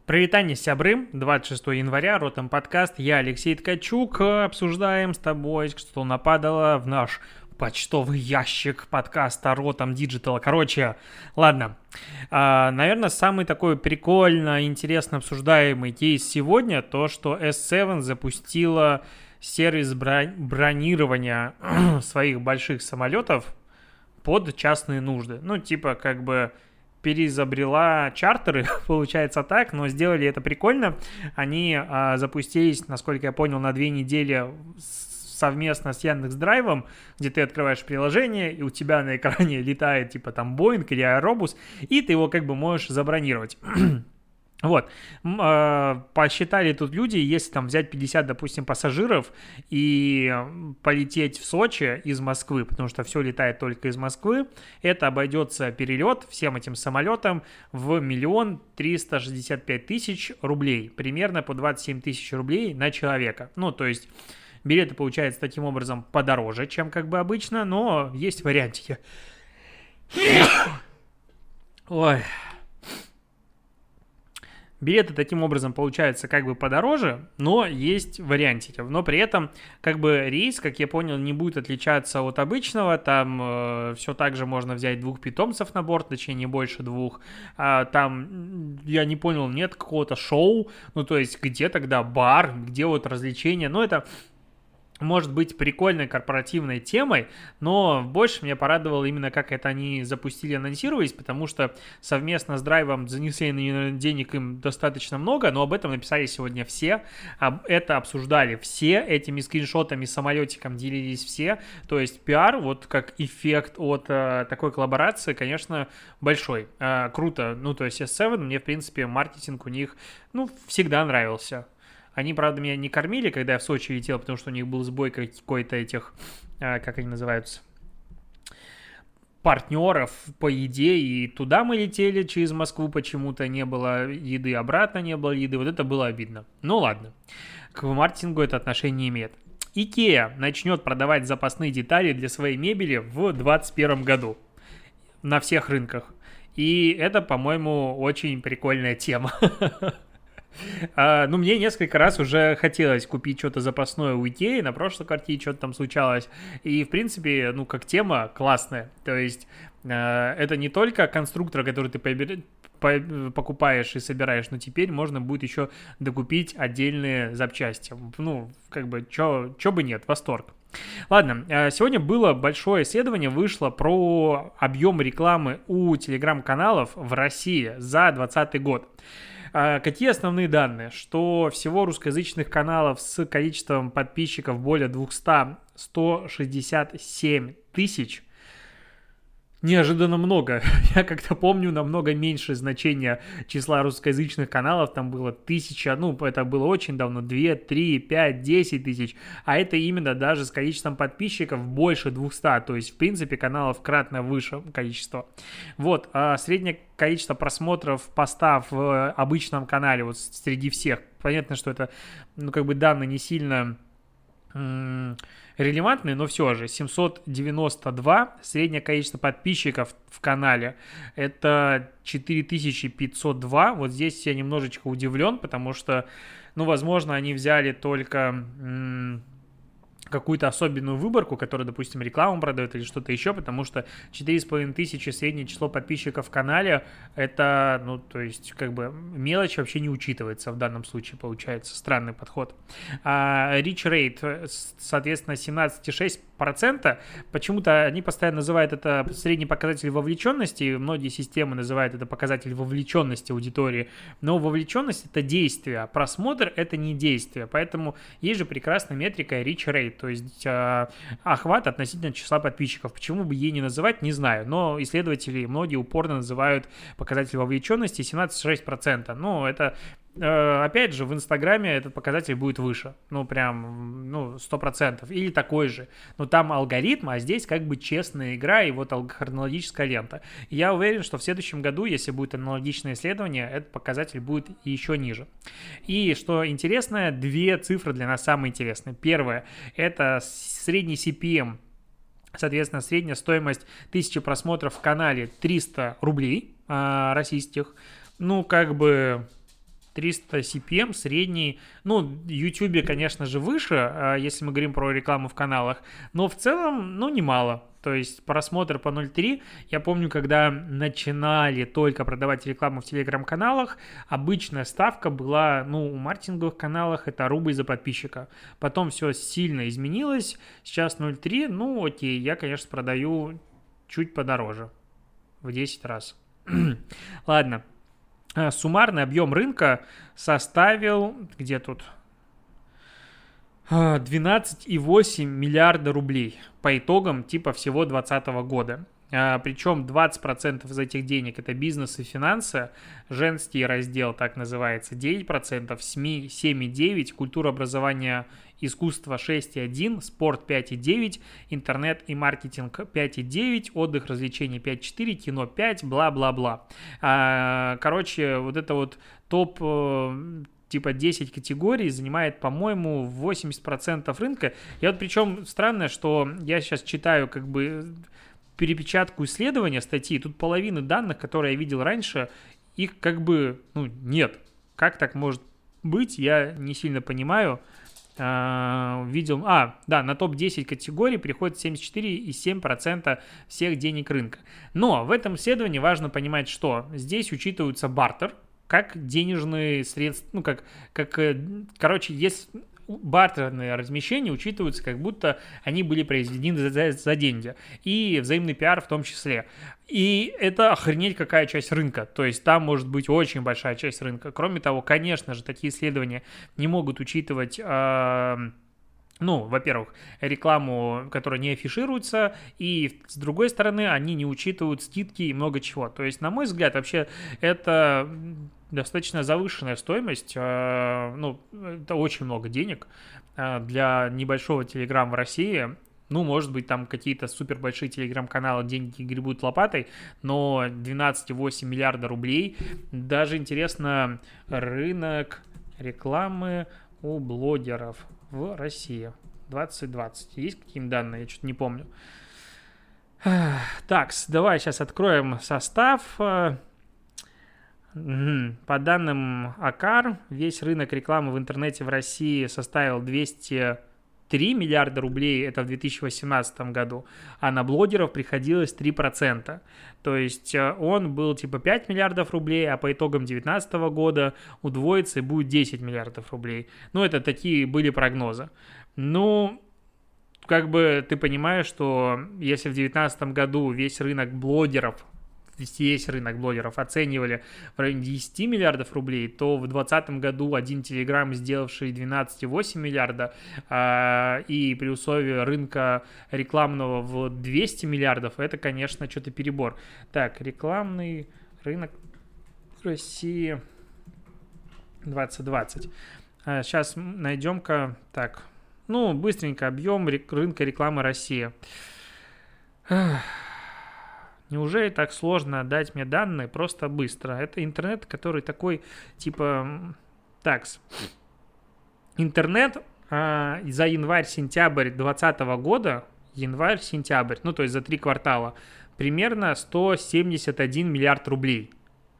Привитание, сябры, 26 января, Ротом подкаст, я Алексей Ткачук, обсуждаем с тобой, что нападало в наш почтовый ящик подкаста Ротом Digital. Короче, ладно, наверное, самый такой прикольно, интересно обсуждаемый кейс сегодня, то, что S7 запустила сервис бронирования своих больших самолетов под частные нужды. Ну, типа, как бы переизобрела чартеры, получается так, но сделали это прикольно. Они запустились, насколько я понял, на 2 недели совместно с Яндекс.Драйвом, где ты открываешь приложение, и у тебя на экране летает типа там Boeing или Аэробус, и ты его как бы можешь забронировать. Вот, посчитали тут люди, если там взять 50, допустим, пассажиров и полететь в Сочи из Москвы, потому что все летает только из Москвы, это обойдется перелет всем этим самолетам в 1 365 000 рублей, примерно по 27 000 рублей на человека. Ну, то есть билеты получаются таким образом подороже, чем как бы обычно, но есть вариантики. Ой... Билеты таким образом получаются как бы подороже, но есть вариантики. Но при этом как бы рейс, как я понял, не будет отличаться от обычного. Там все так же можно взять 2 питомцев на борт, точнее не больше 2. Там, я не понял, нет какого-то шоу, ну то есть где тогда бар, где вот развлечения. Ну это... может быть прикольной корпоративной темой, но больше меня порадовало именно, как это они запустили, анонсировались, потому что совместно с Драйвом занесли денег им достаточно много, но об этом написали сегодня все, это обсуждали все, этими скриншотами, самолетиком делились все, то есть пиар, вот как эффект от такой коллаборации, конечно, большой, круто, ну то есть S7, мне в принципе маркетинг у них, ну, всегда нравился. Они, правда, меня не кормили, когда я в Сочи летел, потому что у них был сбой какой-то этих, как они называются, партнеров по еде, и туда мы летели через Москву, почему-то не было еды, обратно не было еды, вот это было обидно. Ну ладно, к маркетингу это отношение не имеет. Икеа начнет продавать запасные детали для своей мебели в 2021 году на всех рынках, и это, по-моему, очень прикольная тема. Ну, мне несколько раз уже хотелось купить что-то запасное у Икеи, на прошлой квартире что-то там случалось, и, в принципе, ну, как тема классная, то есть это не только конструктор, который ты покупаешь и собираешь, но теперь можно будет еще докупить отдельные запчасти, ну, как бы, чё бы нет, восторг. Ладно, сегодня было большое исследование, вышло про объем рекламы у телеграм-каналов в России за 2020 год. Какие основные данные? Что всего русскоязычных каналов с количеством подписчиков более 167 тысяч. Неожиданно много. Я как-то помню намного меньше значения числа русскоязычных каналов. Там было 1000, ну, это было очень давно, 2, 3, 5, 10 тысяч. А это именно даже с количеством подписчиков больше 200. То есть, в принципе, каналов кратно выше количество. Вот, среднее количество просмотров поста в обычном канале, вот среди всех. Понятно, что это, ну, как бы данные не сильно... релевантные, но все же 792, среднее количество подписчиков в канале это 4502, вот здесь я немножечко удивлен, потому что, ну, возможно, они взяли только какую-то особенную выборку, которая, допустим, рекламу продает или что-то еще, потому что 4500 среднее число подписчиков в канале, это, ну, то есть, как бы, мелочь вообще не учитывается в данном случае, получается, странный подход. Reach rate, соответственно, 17,6%, почему-то они постоянно называют это средний показатель вовлеченности, многие системы называют это показатель вовлеченности аудитории, но вовлеченность — это действие, а просмотр — это не действие, поэтому есть же прекрасная метрика reach rate, то есть охват относительно числа подписчиков. Почему бы ей не называть, не знаю, но исследователи многие упорно называют показатель вовлеченности 17,6%. Ну, это, опять же, в Инстаграме этот показатель будет выше, ну, прям, ну, 100%, или такой же. Но там алгоритм, а здесь как бы честная игра и вот хронологическая лента. И я уверен, что в следующем году, если будет аналогичное исследование, этот показатель будет еще ниже. И, что интересно, 2 цифры для нас самые интересные. Первое – это средний CPM, соответственно, средняя стоимость 1000 просмотров в канале 300 рублей российских. Ну, как бы 300 CPM средний. Ну, в YouTube, конечно же, выше, если мы говорим про рекламу в каналах, но в целом, ну, немало. То есть просмотр по 0.3, я помню, когда начинали только продавать рекламу в телеграм-каналах, обычная ставка была, ну, у маркетинговых каналах это рубль за подписчика. Потом все сильно изменилось, сейчас 0.3, ну, окей, я, конечно, продаю чуть подороже, в 10 раз. Ладно, суммарный объем рынка составил, где тут? 12,8 миллиарда рублей по итогам типа всего 2020 года. Причем 20% из этих денег это бизнес и финансы, женский раздел так называется 9%, СМИ 7,9%, культура, образование, искусство 6,1%, спорт 5,9%, интернет и маркетинг 5,9%, отдых, развлечения 5,4%, кино 5%, бла-бла-бла. Короче, вот это вот топ типа 10 категорий занимает, по-моему, 80% рынка. И вот причем странно, что я сейчас читаю как бы перепечатку исследования статьи, тут половины данных, которые я видел раньше, их как бы, ну, нет. Как так может быть, я не сильно понимаю. Видел, да, на топ-10 категорий приходит 74,7% всех денег рынка. Но в этом исследовании важно понимать, что здесь учитывается бартер, как денежные средства, ну, короче, есть бартерные размещения учитываются, как будто они были произведены за деньги. И взаимный пиар в том числе. И это охренеть какая часть рынка. То есть там может быть очень большая часть рынка. Кроме того, конечно же, такие исследования не могут учитывать... Ну, во-первых, рекламу, которая не афишируется, и с другой стороны, они не учитывают скидки и много чего. То есть, на мой взгляд, вообще это достаточно завышенная стоимость, ну, это очень много денег для небольшого Telegram в России. Ну, может быть, там какие-то супер большие телеграм-каналы деньги гребут лопатой, но 12,8 миллиарда рублей. Даже интересно, рынок рекламы у блогеров в России 2020. Есть какие-то данные? Я что-то не помню. Так, давай сейчас откроем состав. По данным АКАР, весь рынок рекламы в интернете в России составил 203 миллиарда рублей, это в 2018 году, а на блогеров приходилось 3%. То есть он был типа 5 миллиардов рублей, а по итогам 2019 года удвоится и будет 10 миллиардов рублей. Ну, это такие были прогнозы. Ну, как бы ты понимаешь, что если в 2019 году весь рынок блогеров оценивали в районе 10 миллиардов рублей, то в 2020 году один Telegram, сделавший 12,8 миллиарда, и при условии рынка рекламного в 200 миллиардов, это, конечно, что-то перебор. Так, рекламный рынок России 2020. Сейчас найдем-ка, так, ну, быстренько объем рынка рекламы России. Неужели так сложно дать мне данные просто быстро? Это интернет, который такой, типа, такс. Интернет за январь-сентябрь 2020 года, январь-сентябрь, ну, то есть за 3 квартала, примерно 171 миллиард рублей.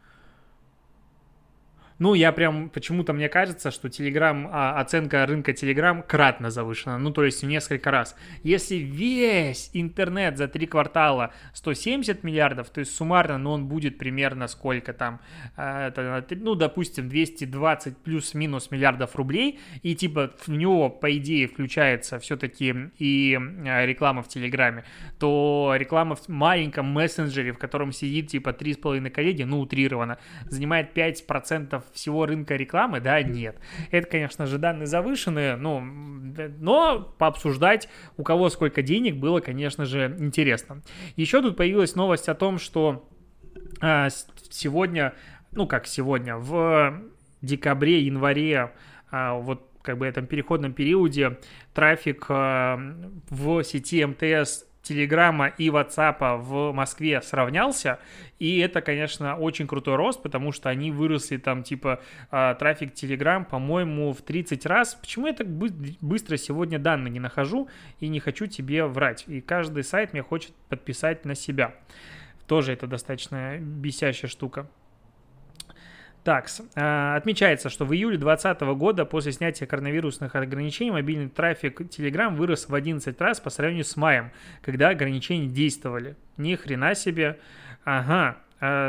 Ну, я прям, почему-то мне кажется, что оценка рынка Telegram кратно завышена, ну, то есть в несколько раз. Если весь интернет за 3 квартала 170 миллиардов, то есть суммарно, ну, он будет примерно сколько там, ну, допустим, 220 плюс-минус миллиардов рублей, и типа в него, по идее, включается все-таки и реклама в Телеграме, то реклама в маленьком мессенджере, в котором сидит типа 3,5 коллеги, ну, утрированно, занимает 5% всего рынка рекламы, да, нет. Это, конечно же, данные завышенные, ну, но пообсуждать, у кого сколько денег, было, конечно же, интересно. Еще тут появилась новость о том, что сегодня, ну, как сегодня, в декабре-январе, вот как бы этом переходном периоде, трафик в сети МТС, Телеграма и Ватсапа в Москве сравнялся, и это, конечно, очень крутой рост, потому что они выросли там, типа, трафик Телеграм, по-моему, в 30 раз. Почему я так быстро сегодня данные не нахожу и не хочу тебе врать? И каждый сайт мне хочет подписать на себя. Тоже это достаточно бесящая штука. Так, отмечается, что в июле 2020 года после снятия коронавирусных ограничений мобильный трафик Telegram вырос в 11 раз по сравнению с маем, когда ограничения действовали. Ни хрена себе. Ага.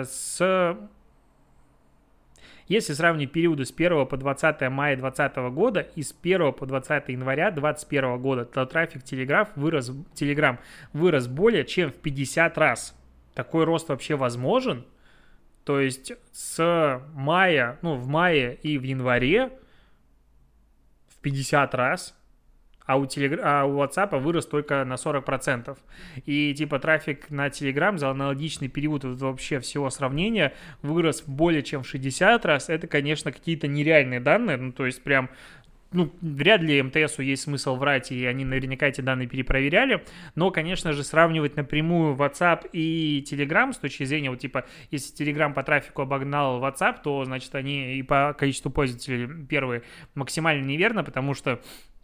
Если сравнить периоды с 1 по 20 мая 2020 года и с 1 по 20 января 2021 года, то трафик Telegram вырос более чем в 50 раз. Такой рост вообще возможен? То есть с мая, в мае и в январе в 50 раз, а у WhatsApp вырос только на 40%. И типа трафик на Telegram за аналогичный период вообще всего сравнения вырос более чем в 60 раз. Это, конечно, какие-то нереальные данные, то есть прям... вряд ли МТСу есть смысл врать, и они наверняка эти данные перепроверяли, но, конечно же, сравнивать напрямую WhatsApp и Telegram с точки зрения, если Telegram по трафику обогнал WhatsApp, то, значит, они и по количеству пользователей первые максимально неверно, потому что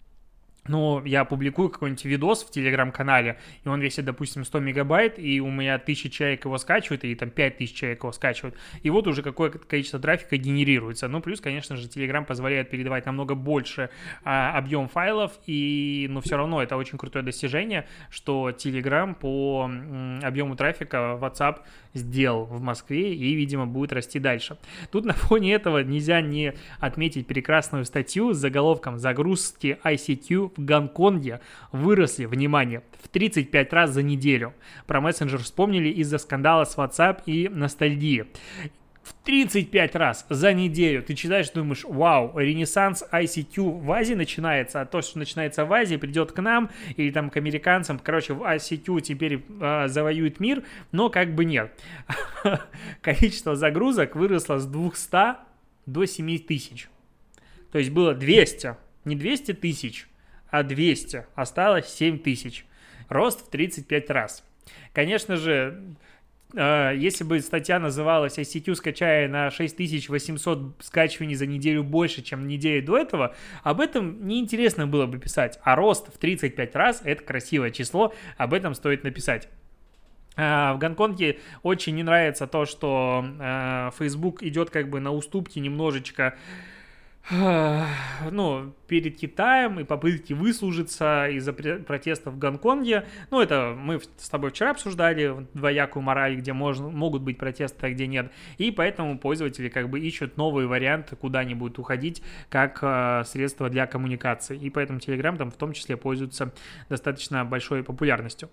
я публикую какой-нибудь видос в Телеграм-канале, и он весит, допустим, 100 мегабайт, и у меня 1000 человек его скачивают, или там 5000 человек его скачивают, и вот уже какое количество трафика генерируется. Плюс, конечно же, Телеграм позволяет передавать намного больше объем файлов, и, все равно это очень крутое достижение, что Телеграм по объему трафика WhatsApp сделал в Москве и, видимо, будет расти дальше. Тут на фоне этого нельзя не отметить прекрасную статью с заголовком «Загрузки ICQ в Гонконге выросли, внимание, в 35 раз за неделю». Про мессенджер вспомнили из-за скандала с WhatsApp и ностальгии. В 35 раз за неделю. Ты читаешь, думаешь, вау, ренессанс ICQ в Азии начинается, а то, что начинается в Азии, придет к нам или там к американцам. Короче, в ICQ теперь завоюет мир, но как бы нет. Количество загрузок выросло с 200 до 7000. То есть было 200, не 200 тысяч, а 200. Осталось 7000. Рост в 35 раз. Конечно же, если бы статья называлась ICQ, скачая на 6800 скачиваний за неделю больше, чем неделю до этого, об этом неинтересно было бы писать. А рост в 35 раз – это красивое число, об этом стоит написать. В Гонконге очень не нравится то, что Facebook идет как бы на уступки немножечко перед Китаем и попытки выслужиться из-за протестов в Гонконге. Это мы с тобой вчера обсуждали двоякую мораль, где могут быть протесты, а где нет. И поэтому пользователи как бы ищут новые варианты, куда они будут уходить, как средство для коммуникации. И поэтому Telegram там в том числе пользуется достаточно большой популярностью.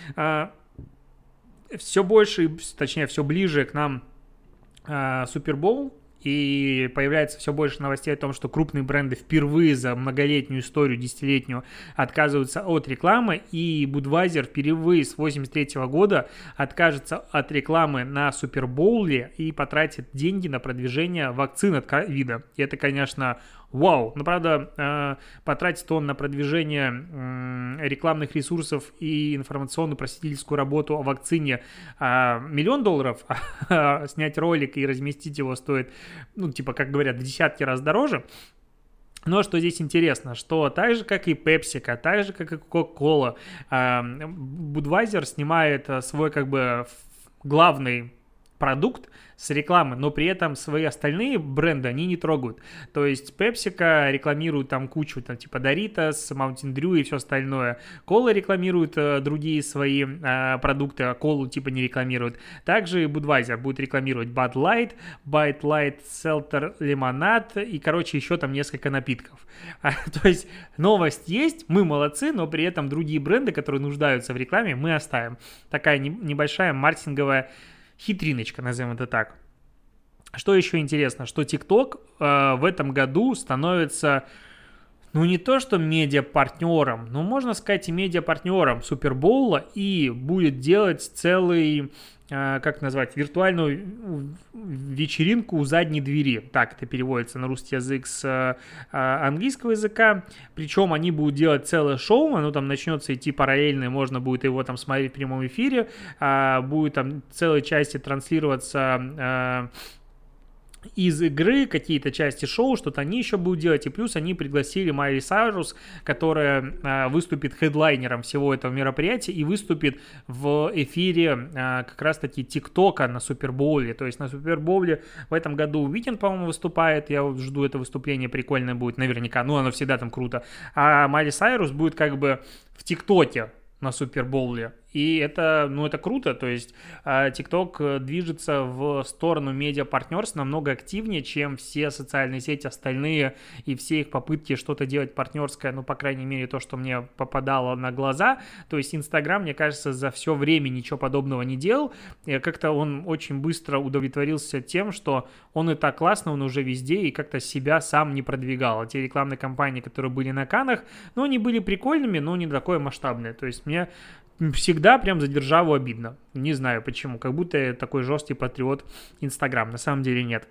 Все больше, точнее, все ближе к нам Super Bowl. И появляется все больше новостей о том, что крупные бренды впервые за многолетнюю историю, десятилетнюю, отказываются от рекламы. И Budweiser впервые с 1983 года откажется от рекламы на Супербоуле и потратит деньги на продвижение вакцин от ковида. И это, конечно, вау. Но, правда, потратит он на продвижение рекламных ресурсов и информационно-просветительскую работу о вакцине $1 миллион, а снять ролик и разместить его стоит, как говорят, в десятки раз дороже. Но что здесь интересно, что так же, как и PepsiCo, так же, как и Coca-Cola, Budweiser снимает свой как бы главный продукт с рекламы, но при этом свои остальные бренды они не трогают. То есть PepsiCo рекламирует там кучу, типа Doritos, Mountain Dew и все остальное. Cola рекламирует другие свои продукты, а Colу типа не рекламирует. Также Budweiser будет рекламировать Bud Light, Bud Light Seltzer Lemonade и, еще там несколько напитков. То есть новость есть, мы молодцы, но при этом другие бренды, которые нуждаются в рекламе, мы оставим. Такая небольшая маркетинговая хитриночка, назовем это так. Что еще интересно, что TikTok в этом году становится, не то что медиапартнером, но можно сказать и медиапартнером Супербоула и будет делать целый, виртуальную вечеринку у задней двери. Так это переводится на русский язык с английского языка. Причем они будут делать целое шоу, оно там начнется идти параллельно, и можно будет его там смотреть в прямом эфире. Будет там целой части транслироваться из игры, какие-то части шоу, что-то они еще будут делать. И плюс они пригласили Майли Сайрус, которая выступит хедлайнером всего этого мероприятия и выступит в эфире как раз-таки ТикТока на Супербоуле. То есть на Супербоуле в этом году Уикенд, по-моему, выступает. Я жду это выступление, прикольное будет наверняка. Ну, оно всегда там круто. А Майли Сайрус будет как бы в ТикТоке на Супербоуле. И это, ну, это круто, то есть TikTok движется в сторону медиапартнерств намного активнее, чем все социальные сети остальные и все их попытки что-то делать партнерское, ну, по крайней мере, то, что мне попадало на глаза. То есть Инстаграм, мне кажется, за все время ничего подобного не делал. И как-то он очень быстро удовлетворился тем, что он и так классно, он уже везде, и как-то себя сам не продвигал. А те рекламные кампании, которые были на Каннах, ну, они были прикольными, но не такое масштабное. То есть мне всегда прям за державу обидно. Не знаю почему. Как будто я такой жесткий патриот Инстаграм. На самом деле нет.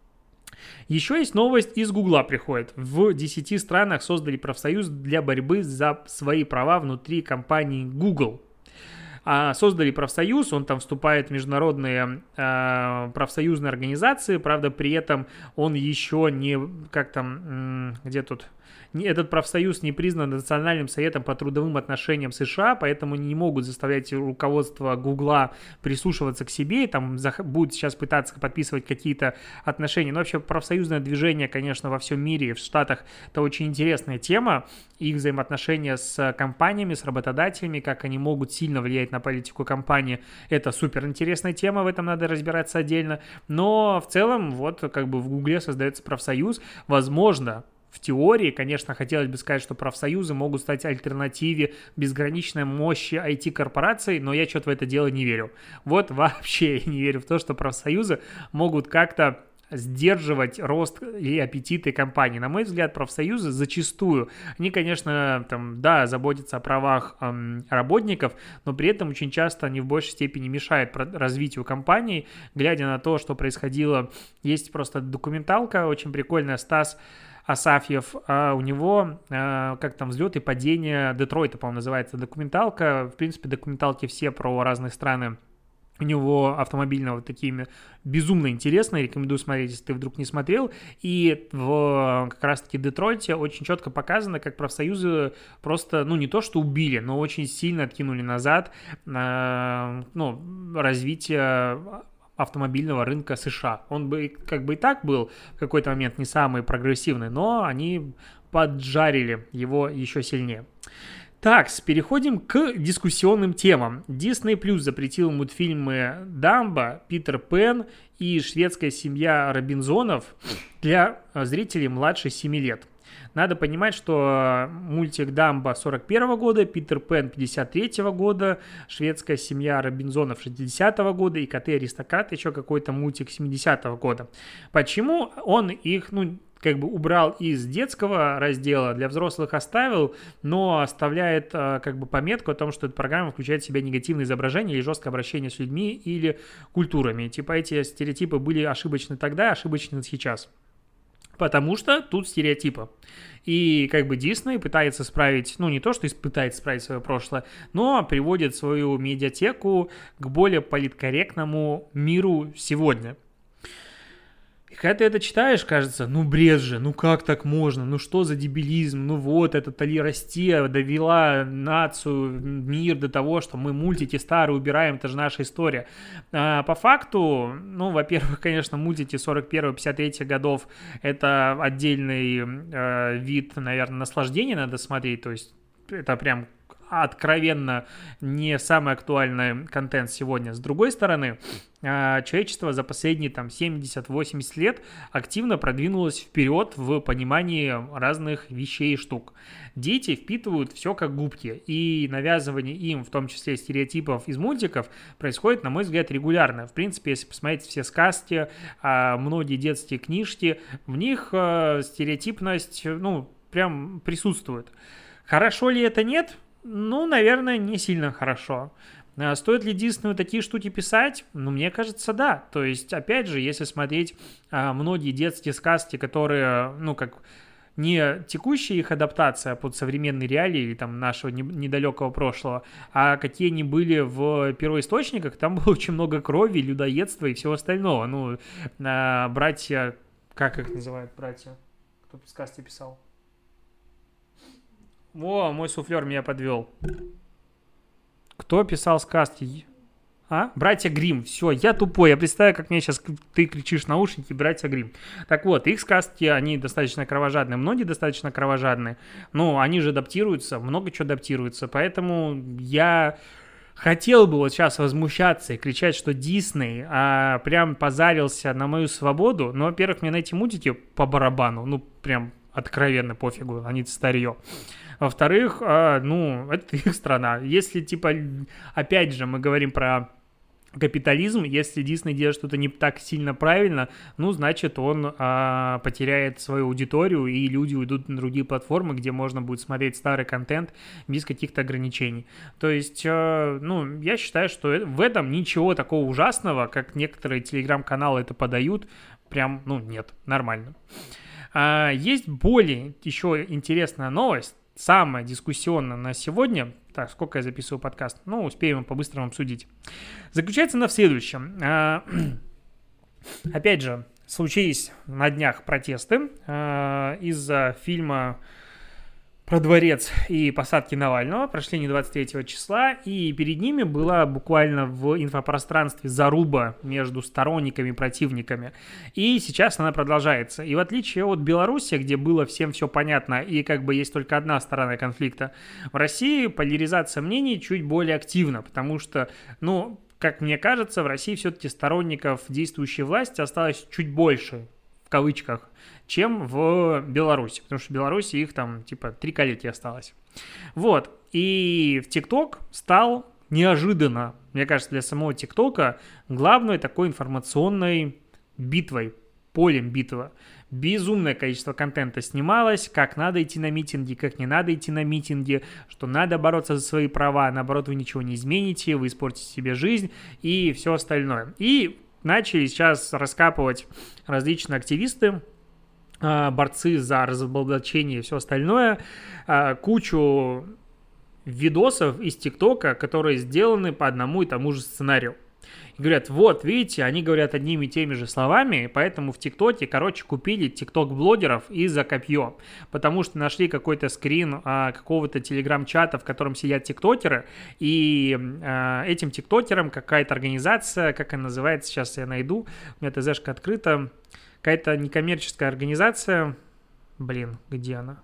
Еще есть новость из Гугла приходит. В 10 странах создали профсоюз для борьбы за свои права внутри компании Google. Создали профсоюз, он там вступает в международные профсоюзные организации, правда, при этом он еще не, как там, где тут... Этот профсоюз не признан Национальным советом по трудовым отношениям США, поэтому не могут заставлять руководство Гугла прислушиваться к себе, и там будут сейчас пытаться подписывать какие-то отношения. Но вообще профсоюзное движение, конечно, во всем мире и в Штатах это очень интересная тема, их взаимоотношения с компаниями, с работодателями, как они могут сильно влиять на политику компании, это супер интересная тема, в этом надо разбираться отдельно. Но в целом, вот как бы в Гугле создается профсоюз, возможно, в теории, конечно, хотелось бы сказать, что профсоюзы могут стать альтернативе безграничной мощи IT-корпораций, но я что-то в это дело не верю. Вот вообще я не верю в то, что профсоюзы могут как-то сдерживать рост и аппетиты компаний. На мой взгляд, профсоюзы зачастую, они, конечно, там, да, заботятся о правах работников, но при этом очень часто они в большей степени мешают развитию компаний. Глядя на то, что происходило, есть просто документалка очень прикольная, Стас Асафьев, у него как там взлет и падение Детройта, по-моему, называется документалка. В принципе, документалки все про разные страны у него автомобильного такими безумно интересные, рекомендую смотреть, если ты вдруг не смотрел. И в как раз-таки Детройте очень четко показано, как профсоюзы просто, ну, не то что убили, но очень сильно откинули назад, развитие автомобильного рынка США. Он бы как бы и так был в какой-то момент не самый прогрессивный, но они поджарили его еще сильнее. Так, переходим к дискуссионным темам. Disney Plus запретил мультфильмы «Дамбо», «Питер Пен» и «Шведская семья Робинзонов» для зрителей младше 7 лет. Надо понимать, что мультик «Дамбо» 41 года, «Питер Пен» 53 года, «Шведская семья Робинзонов» 60 года и «Коты-аристократы» еще какой-то мультик 70 года. Почему он их, как бы убрал из детского раздела, для взрослых оставил, но оставляет как бы пометку о том, что эта программа включает в себя негативные изображения или жесткое обращение с людьми или культурами. Типа эти стереотипы были ошибочны тогда, ошибочны сейчас. Потому что тут стереотипы. И как бы Disney пытается исправить, не то, что пытается исправить свое прошлое, но приводит свою медиатеку к более политкорректному миру сегодня. И когда ты это читаешь, кажется, бред же, как так можно, что за дебилизм, вот эта толерастия довела нацию, мир до того, что мы мультики старые убираем, это же наша история. По факту, во-первых, конечно, мультики 41-53 годов это отдельный вид, наверное, наслаждения надо смотреть, то есть это прям откровенно не самый актуальный контент сегодня. С другой стороны, человечество за последние 70-80 лет активно продвинулось вперед в понимании разных вещей и штук. Дети впитывают все как губки, и навязывание им, в том числе стереотипов из мультиков, происходит, на мой взгляд, регулярно. В принципе, если посмотреть все сказки, многие детские книжки, в них стереотипность, прям присутствует. Хорошо ли это? Нет? Наверное, не сильно хорошо. Стоит ли Диснею такие штуки писать? Мне кажется, да. То есть, опять же, если смотреть многие детские сказки, которые, не текущая их адаптация под современные реалии или там нашего недалекого прошлого, а какие они были в первоисточниках, там было очень много крови, людоедства и всего остального. Ну, братья, как их называют братья? Кто сказки писал? О, мой суфлер меня подвел. Кто писал сказки? Братья Гримм. Все, я тупой. Я представляю, как мне сейчас ты кричишь в наушники, братья Гримм. Так вот, их сказки, они достаточно кровожадные. Многие достаточно кровожадные. Но они же адаптируются, много чего адаптируется. Поэтому я хотел бы вот сейчас возмущаться и кричать, что Дисней прям позарился на мою свободу. Но, во-первых, мне на эти мультики по барабану. Ну, прям откровенно пофигу. Они старье. Во-вторых, это их страна. Если, типа, опять же, мы говорим про капитализм, если Дисней делает что-то не так сильно правильно, значит, он потеряет свою аудиторию, и люди уйдут на другие платформы, где можно будет смотреть старый контент без каких-то ограничений. То есть, я считаю, что в этом ничего такого ужасного, как некоторые телеграм-каналы это подают, прям, нет, нормально. Есть более еще интересная новость, самая дискуссионная на сегодня. Так, сколько я записываю подкаст? Успеем по-быстрому обсудить. Заключается она в следующем. Опять же, случились на днях протесты из-за фильма про дворец и посадки Навального. Прошли не 23 числа, и перед ними была буквально в инфопространстве заруба между сторонниками и противниками. И сейчас она продолжается. И в отличие от Беларуси, где было всем все понятно и как бы есть только одна сторона конфликта, в России поляризация мнений чуть более активна, потому что, как мне кажется, в России все-таки сторонников действующей власти осталось чуть больше, в кавычках, чем в Беларуси, потому что в Беларуси их там типа 3 калеки осталось. Вот, и в ТикТок стал неожиданно, мне кажется, для самого ТикТока главной такой информационной битвой, полем битвы. Безумное количество контента снималось, как надо идти на митинги, как не надо идти на митинги, что надо бороться за свои права, наоборот, вы ничего не измените, вы испортите себе жизнь и все остальное. И начали сейчас раскапывать различные активисты, борцы за разоблачение и все остальное, кучу видосов из ТикТока, которые сделаны по одному и тому же сценарию. И говорят, вот, видите, они говорят одними и теми же словами, поэтому в ТикТоке, купили ТикТок-блогеров и за копье, потому что нашли какой-то скрин какого-то телеграм-чата, в котором сидят тиктокеры, и этим тиктокерам какая-то организация, как она называется, сейчас я найду, у меня ТЗшка открыта, какая-то некоммерческая организация, где она?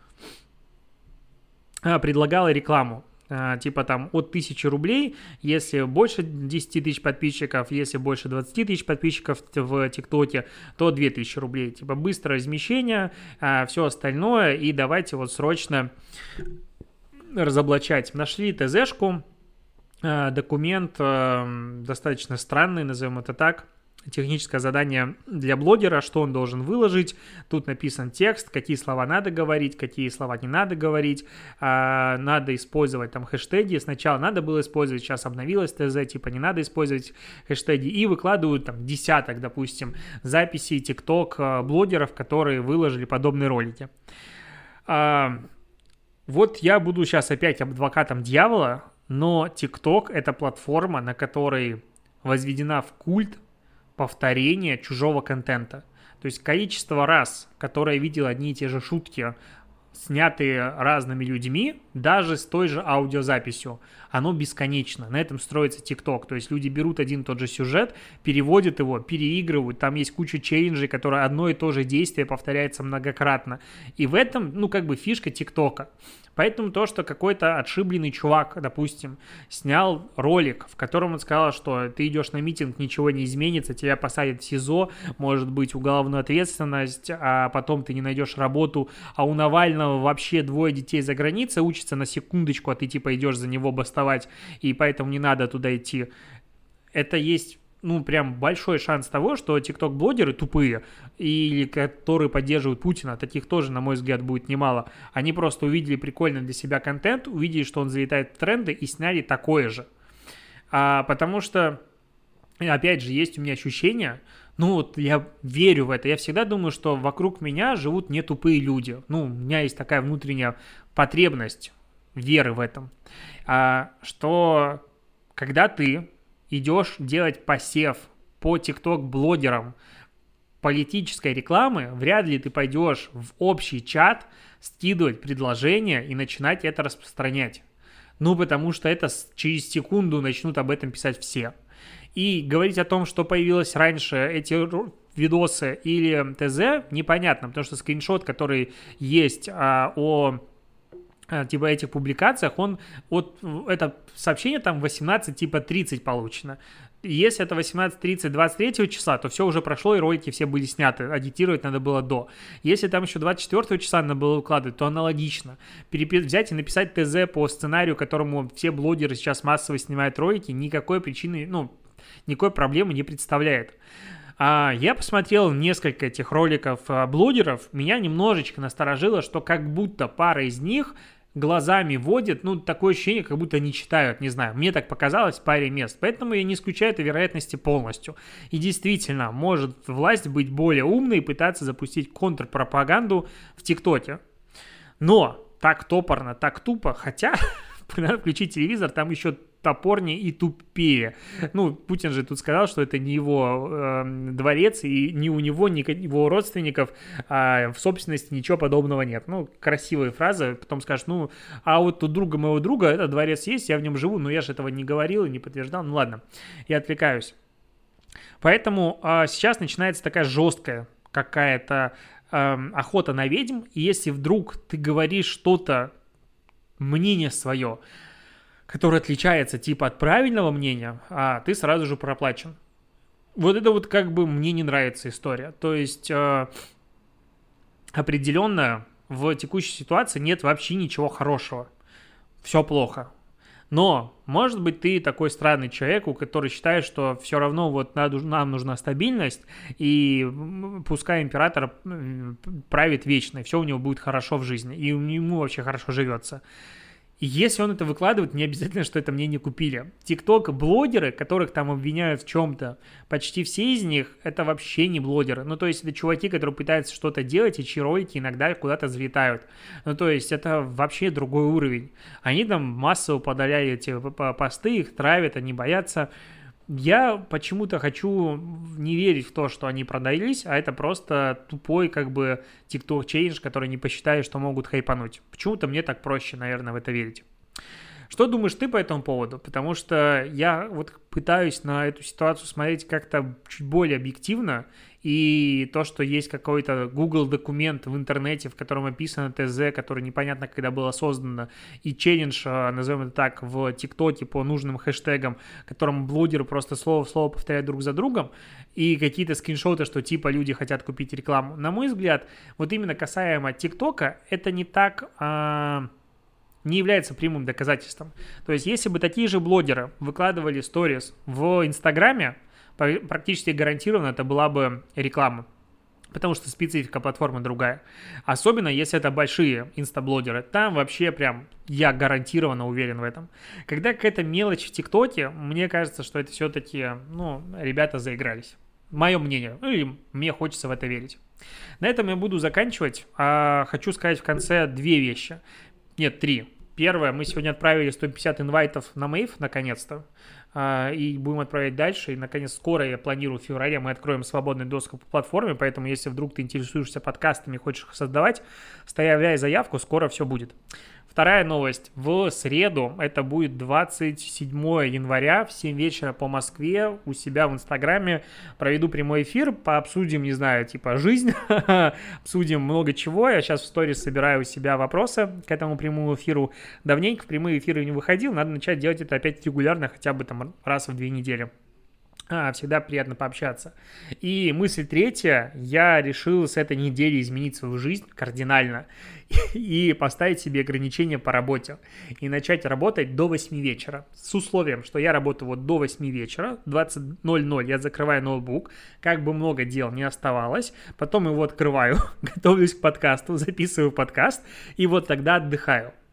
Предлагала рекламу. Типа там от 1000 рублей, если больше 10 тысяч подписчиков, если больше 20 тысяч подписчиков в ТикТоке, то 2000 рублей. Типа быстрое размещение, все остальное, и давайте вот срочно разоблачать. Нашли ТЗшку, документ достаточно странный, назовем это так. Техническое задание для блогера, что он должен выложить. Тут написан текст, какие слова надо говорить, какие слова не надо говорить. Надо использовать там хэштеги. Сначала надо было использовать, сейчас обновилось ТЗ, типа не надо использовать хэштеги. И выкладывают там десяток, допустим, записей ТикТок блогеров, которые выложили подобные ролики. Вот я буду сейчас опять адвокатом дьявола, но ТикТок — это платформа, на которой возведена в культ повторение чужого контента. То есть количество раз, которое я видел одни и те же шутки, снятые разными людьми, даже с той же аудиозаписью, оно бесконечно. На этом строится ТикТок. То есть люди берут один и тот же сюжет, переводят его, переигрывают. Там есть куча челленджей, которые одно и то же действие повторяется многократно. И в этом, фишка ТикТока. Поэтому то, что какой-то отшибленный чувак, допустим, снял ролик, в котором он сказал, что ты идешь на митинг, ничего не изменится, тебя посадят в СИЗО, может быть уголовную ответственность, а потом ты не найдешь работу, а у Навального вообще 2 детей за границей учатся на секундочку, а ты типа идешь за него бастовать, и поэтому не надо туда идти. Это есть... прям большой шанс того, что тикток-блогеры тупые, или которые поддерживают Путина, таких тоже, на мой взгляд, будет немало. Они просто увидели прикольный для себя контент, увидели, что он залетает в тренды, и сняли такое же. Потому что, опять же, есть у меня ощущение, Ну вот я верю в это. Я всегда думаю, что вокруг меня живут не тупые люди. Ну, у меня есть такая внутренняя потребность веры в этом. Что когда ты идешь делать посев по TikTok-блогерам политической рекламы, вряд ли ты пойдешь в общий чат скидывать предложение и начинать это распространять. Ну, потому что это через секунду начнут об этом писать все. И говорить о том, что появилось раньше эти видосы или ТЗ, непонятно, потому что скриншот, который есть о типа этих публикациях, это сообщение там 18:30 получено. Если это 18:30 23 числа, то все уже прошло, и ролики все были сняты. Агитировать надо было до. Если там еще 24 числа надо было выкладывать, то аналогично. Взять и написать ТЗ по сценарию, которому все блогеры сейчас массово снимают ролики, никакой причины, никакой проблемы не представляет. Я посмотрел несколько этих роликов блогеров, меня немножечко насторожило, что как будто пара из них глазами водят, такое ощущение, как будто они читают, не знаю, мне так показалось в паре мест, поэтому я не исключаю этой вероятности полностью. И действительно, может власть быть более умной и пытаться запустить контрпропаганду в ТикТоке. Но так топорно, так тупо, хотя надо включить телевизор, там еще топорнее и тупее. Путин же тут сказал, что это не его дворец, и ни у него, ни у его родственников в собственности ничего подобного нет. Красивая фраза, потом скажешь, а вот у друга моего друга этот дворец есть, я в нем живу, но я же этого не говорил и не подтверждал. Ладно, я отвлекаюсь. Поэтому сейчас начинается такая жесткая какая-то охота на ведьм, и если вдруг ты говоришь что-то, мнение свое, которое отличается типа от правильного мнения, ты сразу же проплачен. Вот это вот как бы мне не нравится история. То есть определенно в текущей ситуации нет вообще ничего хорошего. Все плохо. Но, может быть, ты такой странный человек, который считает, что все равно вот нам нужна стабильность, и пускай император правит вечно, и все у него будет хорошо в жизни, и ему вообще хорошо живется. И если он это выкладывает, не обязательно, что это мнение купили. TikTok-блогеры, которых там обвиняют в чем-то, почти все из них это вообще не блогеры. То есть это чуваки, которые пытаются что-то делать, и чьи ролики иногда куда-то взлетают. То есть это вообще другой уровень. Они там массово подаляют эти посты, их травят, они боятся. Я почему-то хочу не верить в то, что они продались, а это просто тупой как бы TikTok челлендж, который не посчитаю, что могут хайпануть. Почему-то мне так проще, наверное, в это верить. Что думаешь ты по этому поводу? Потому что я вот пытаюсь на эту ситуацию смотреть как-то чуть более объективно, и то, что есть какой-то Google документ в интернете, в котором описано ТЗ, который непонятно когда было создано, и челлендж, назовем это так, в ТикТоке по нужным хэштегам, которым блогеры просто слово в слово повторяют друг за другом, и какие-то скриншоты, что типа люди хотят купить рекламу. На мой взгляд, вот именно касаемо ТикТока, это не так... не является прямым доказательством. То есть, если бы такие же блогеры выкладывали сторис в Инстаграме, практически гарантированно это была бы реклама, потому что специфика платформы другая. Особенно, если это большие инстаблогеры. Там вообще прям я гарантированно уверен в этом. Когда какая-то мелочь в ТикТоке, мне кажется, что это все-таки, ребята заигрались. Мое мнение. И мне хочется в это верить. На этом я буду заканчивать. Хочу сказать в конце две вещи. Нет, три. Первое, мы сегодня отправили 150 инвайтов на Мэйв, наконец-то, и будем отправлять дальше, и, наконец, скоро, я планирую, в феврале мы откроем свободный доступ к платформе, поэтому, если вдруг ты интересуешься подкастами и хочешь их создавать, оставляй заявку, скоро все будет. Вторая новость. В среду, это будет 27 января, в 7 вечера по Москве, у себя в Инстаграме проведу прямой эфир, пообсудим, не знаю, типа жизнь, обсудим много чего. Я сейчас в сторис собираю у себя вопросы к этому прямому эфиру. Давненько в прямые эфиры не выходил, надо начать делать это опять регулярно, хотя бы там раз в 2 недели. Всегда приятно пообщаться. И мысль третья. Я решил с этой недели изменить свою жизнь кардинально и поставить себе ограничения по работе. И начать работать до 8 вечера. С условием, что я работаю вот до 8 вечера. 20:00 я закрываю ноутбук. Как бы много дел не оставалось. Потом его открываю, готовлюсь к подкасту, записываю подкаст. И вот тогда отдыхаю.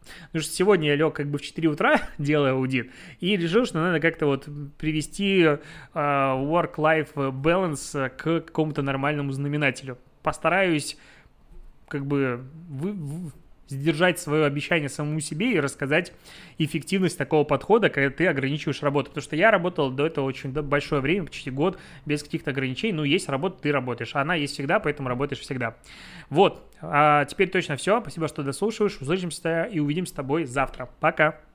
Потому что сегодня я лег как бы в 4 утра, делая аудит, и решил, что надо как-то вот привести work-life balance к какому-то нормальному знаменателю. Постараюсь как бы сдержать свое обещание самому себе и рассказать эффективность такого подхода, когда ты ограничиваешь работу. Потому что я работал до этого очень большое время, почти год, без каких-то ограничений. Ну, есть работа, ты работаешь. Она есть всегда, поэтому работаешь всегда. Вот. А теперь точно все. Спасибо, что дослушиваешь. Услышимся и увидимся с тобой завтра. Пока.